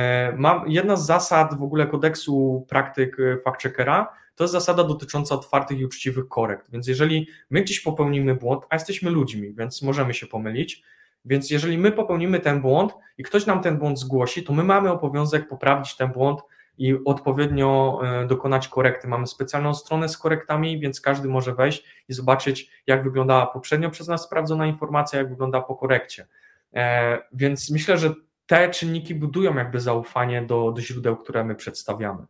Jedna z zasad w ogóle kodeksu praktyk fact-checkera to jest zasada dotycząca otwartych i uczciwych korekt, więc jeżeli my gdzieś popełnimy błąd, a jesteśmy ludźmi, więc możemy się pomylić, więc jeżeli my popełnimy ten błąd i ktoś nam ten błąd zgłosi, to my mamy obowiązek poprawić ten błąd i odpowiednio dokonać korekty. Mamy specjalną stronę z korektami, więc każdy może wejść i zobaczyć, jak wyglądała poprzednio przez nas sprawdzona informacja, jak wygląda po korekcie. Więc myślę, że te czynniki budują jakby zaufanie do źródeł, które my przedstawiamy.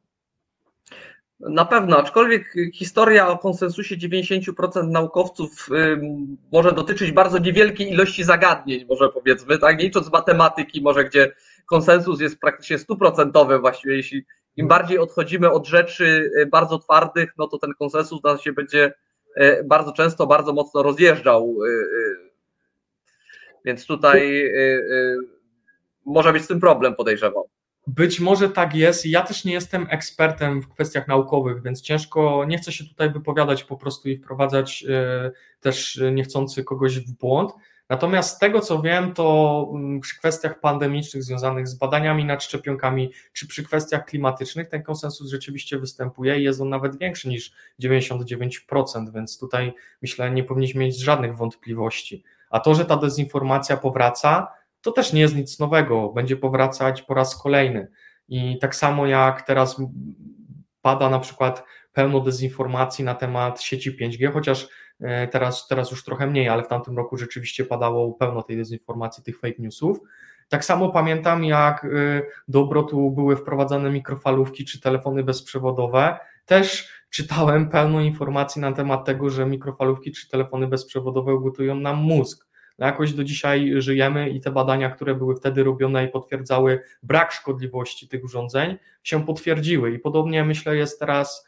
Na pewno, aczkolwiek historia o konsensusie 90% naukowców może dotyczyć bardzo niewielkiej ilości zagadnień, może powiedzmy, tak, nie licząc matematyki, może gdzie konsensus jest praktycznie 100% właściwie, jeśli im bardziej odchodzimy od rzeczy bardzo twardych, no to ten konsensus nas się będzie bardzo często, bardzo mocno rozjeżdżał, więc tutaj może być z tym problem, podejrzewam. Być może tak jest. Ja też nie jestem ekspertem w kwestiach naukowych, więc ciężko, nie chcę się tutaj wypowiadać po prostu i wprowadzać też niechcący kogoś w błąd. Natomiast z tego, co wiem, to przy kwestiach pandemicznych związanych z badaniami nad szczepionkami, czy przy kwestiach klimatycznych ten konsensus rzeczywiście występuje i jest on nawet większy niż 99%, więc tutaj myślę, nie powinniśmy mieć żadnych wątpliwości. A to, że ta dezinformacja powraca, to też nie jest nic nowego, będzie powracać po raz kolejny. I tak samo jak teraz pada na przykład pełno dezinformacji na temat sieci 5G, chociaż teraz już trochę mniej, ale w tamtym roku rzeczywiście padało pełno tej dezinformacji, tych fake newsów. Tak samo pamiętam, jak do obrotu były wprowadzane mikrofalówki czy telefony bezprzewodowe. Też czytałem pełno informacji na temat tego, że mikrofalówki czy telefony bezprzewodowe ugotują nam mózg. No jakoś do dzisiaj żyjemy i te badania, które były wtedy robione i potwierdzały brak szkodliwości tych urządzeń, się potwierdziły. I podobnie myślę jest teraz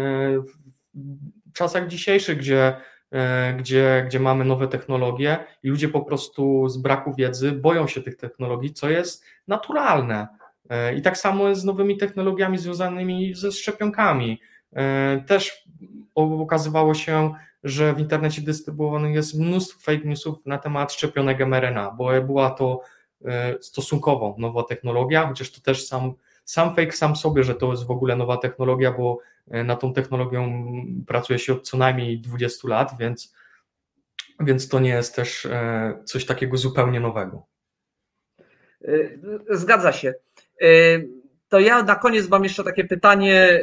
w czasach dzisiejszych, gdzie mamy nowe technologie i ludzie po prostu z braku wiedzy boją się tych technologii, co jest naturalne. I tak samo jest z nowymi technologiami związanymi ze szczepionkami. Też okazywało się, że w internecie dystrybuowanych jest mnóstwo fake newsów na temat szczepionek mRNA, bo była to stosunkowo nowa technologia, chociaż to też sam fake sam sobie, że to jest w ogóle nowa technologia, bo nad tą technologią pracuje się od co najmniej 20 lat, więc to nie jest też coś takiego zupełnie nowego. Zgadza się. To ja na koniec mam jeszcze takie pytanie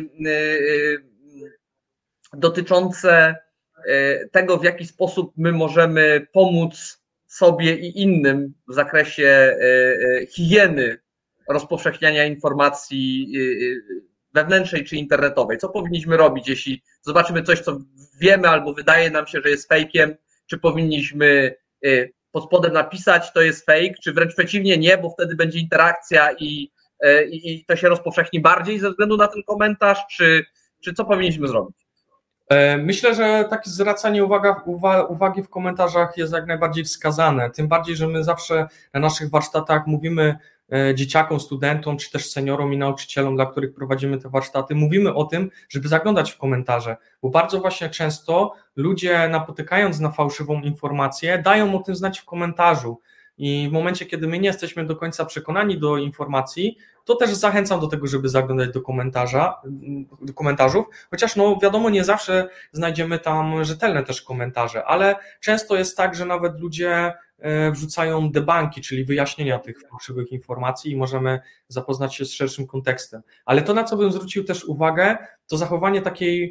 dotyczące tego, w jaki sposób my możemy pomóc sobie i innym w zakresie higieny rozpowszechniania informacji wewnętrznej czy internetowej. Co powinniśmy robić, jeśli zobaczymy coś, co wiemy albo wydaje nam się, że jest fejkiem, czy powinniśmy pod spodem napisać, to jest fake, czy wręcz przeciwnie, nie, bo wtedy będzie interakcja i to się rozpowszechni bardziej ze względu na ten komentarz, czy co powinniśmy zrobić? Myślę, że takie zwracanie uwagi w komentarzach jest jak najbardziej wskazane, tym bardziej, że my zawsze na naszych warsztatach mówimy dzieciakom, studentom, czy też seniorom i nauczycielom, dla których prowadzimy te warsztaty, mówimy o tym, żeby zaglądać w komentarze, bo bardzo właśnie często ludzie, napotykając na fałszywą informację, dają o tym znać w komentarzu i w momencie, kiedy my nie jesteśmy do końca przekonani do informacji, to też zachęcam do tego, żeby zaglądać do komentarzów, chociaż no wiadomo, nie zawsze znajdziemy tam rzetelne też komentarze, ale często jest tak, że nawet ludzie wrzucają debanki, czyli wyjaśnienia tych fałszywych informacji i możemy zapoznać się z szerszym kontekstem. Ale to, na co bym zwrócił też uwagę, to zachowanie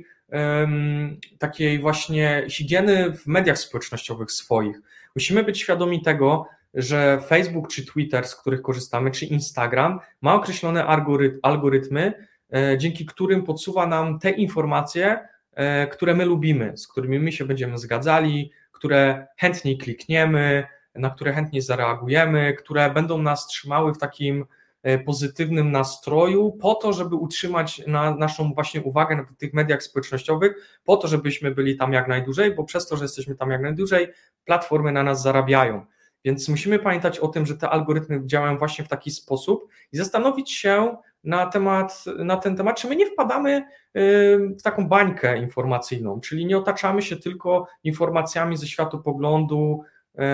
takiej właśnie higieny w mediach społecznościowych swoich. Musimy być świadomi tego, że Facebook czy Twitter, z których korzystamy, czy Instagram ma określone algorytmy, dzięki którym podsuwa nam te informacje, które my lubimy, z którymi my się będziemy zgadzali, które chętniej klikniemy, na które chętniej zareagujemy, które będą nas trzymały w takim pozytywnym nastroju po to, żeby utrzymać naszą właśnie uwagę w tych mediach społecznościowych, po to, żebyśmy byli tam jak najdłużej, bo przez to, że jesteśmy tam jak najdłużej, platformy na nas zarabiają. Więc musimy pamiętać o tym, że te algorytmy działają właśnie w taki sposób i zastanowić się na ten temat, czy my nie wpadamy w taką bańkę informacyjną, czyli nie otaczamy się tylko informacjami ze światopoglądu,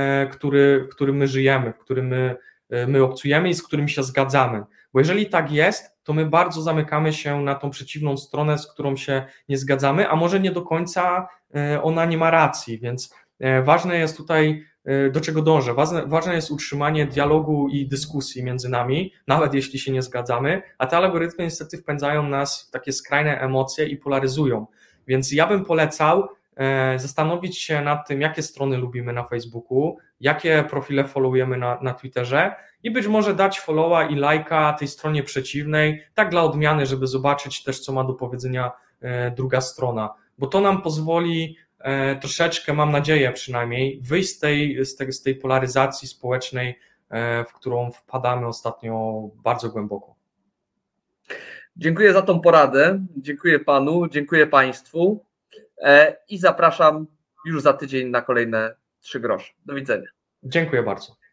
w którym my żyjemy, w którym my obcujemy i z którym się zgadzamy. Bo jeżeli tak jest, to my bardzo zamykamy się na tą przeciwną stronę, z którą się nie zgadzamy, a może nie do końca ona nie ma racji, więc ważne jest tutaj, do czego dążę. Ważne jest utrzymanie dialogu i dyskusji między nami, nawet jeśli się nie zgadzamy, a te algorytmy niestety wpędzają nas w takie skrajne emocje i polaryzują. Więc ja bym polecał zastanowić się nad tym, jakie strony lubimy na Facebooku, jakie profile followujemy na Twitterze i być może dać followa i lajka tej stronie przeciwnej, tak dla odmiany, żeby zobaczyć też, co ma do powiedzenia druga strona, bo to nam pozwoli troszeczkę, mam nadzieję przynajmniej, wyjść z tej polaryzacji społecznej, w którą wpadamy ostatnio bardzo głęboko. Dziękuję za tą poradę, dziękuję panu, dziękuję państwu i zapraszam już za tydzień na kolejne 3 grosze. Do widzenia. Dziękuję bardzo.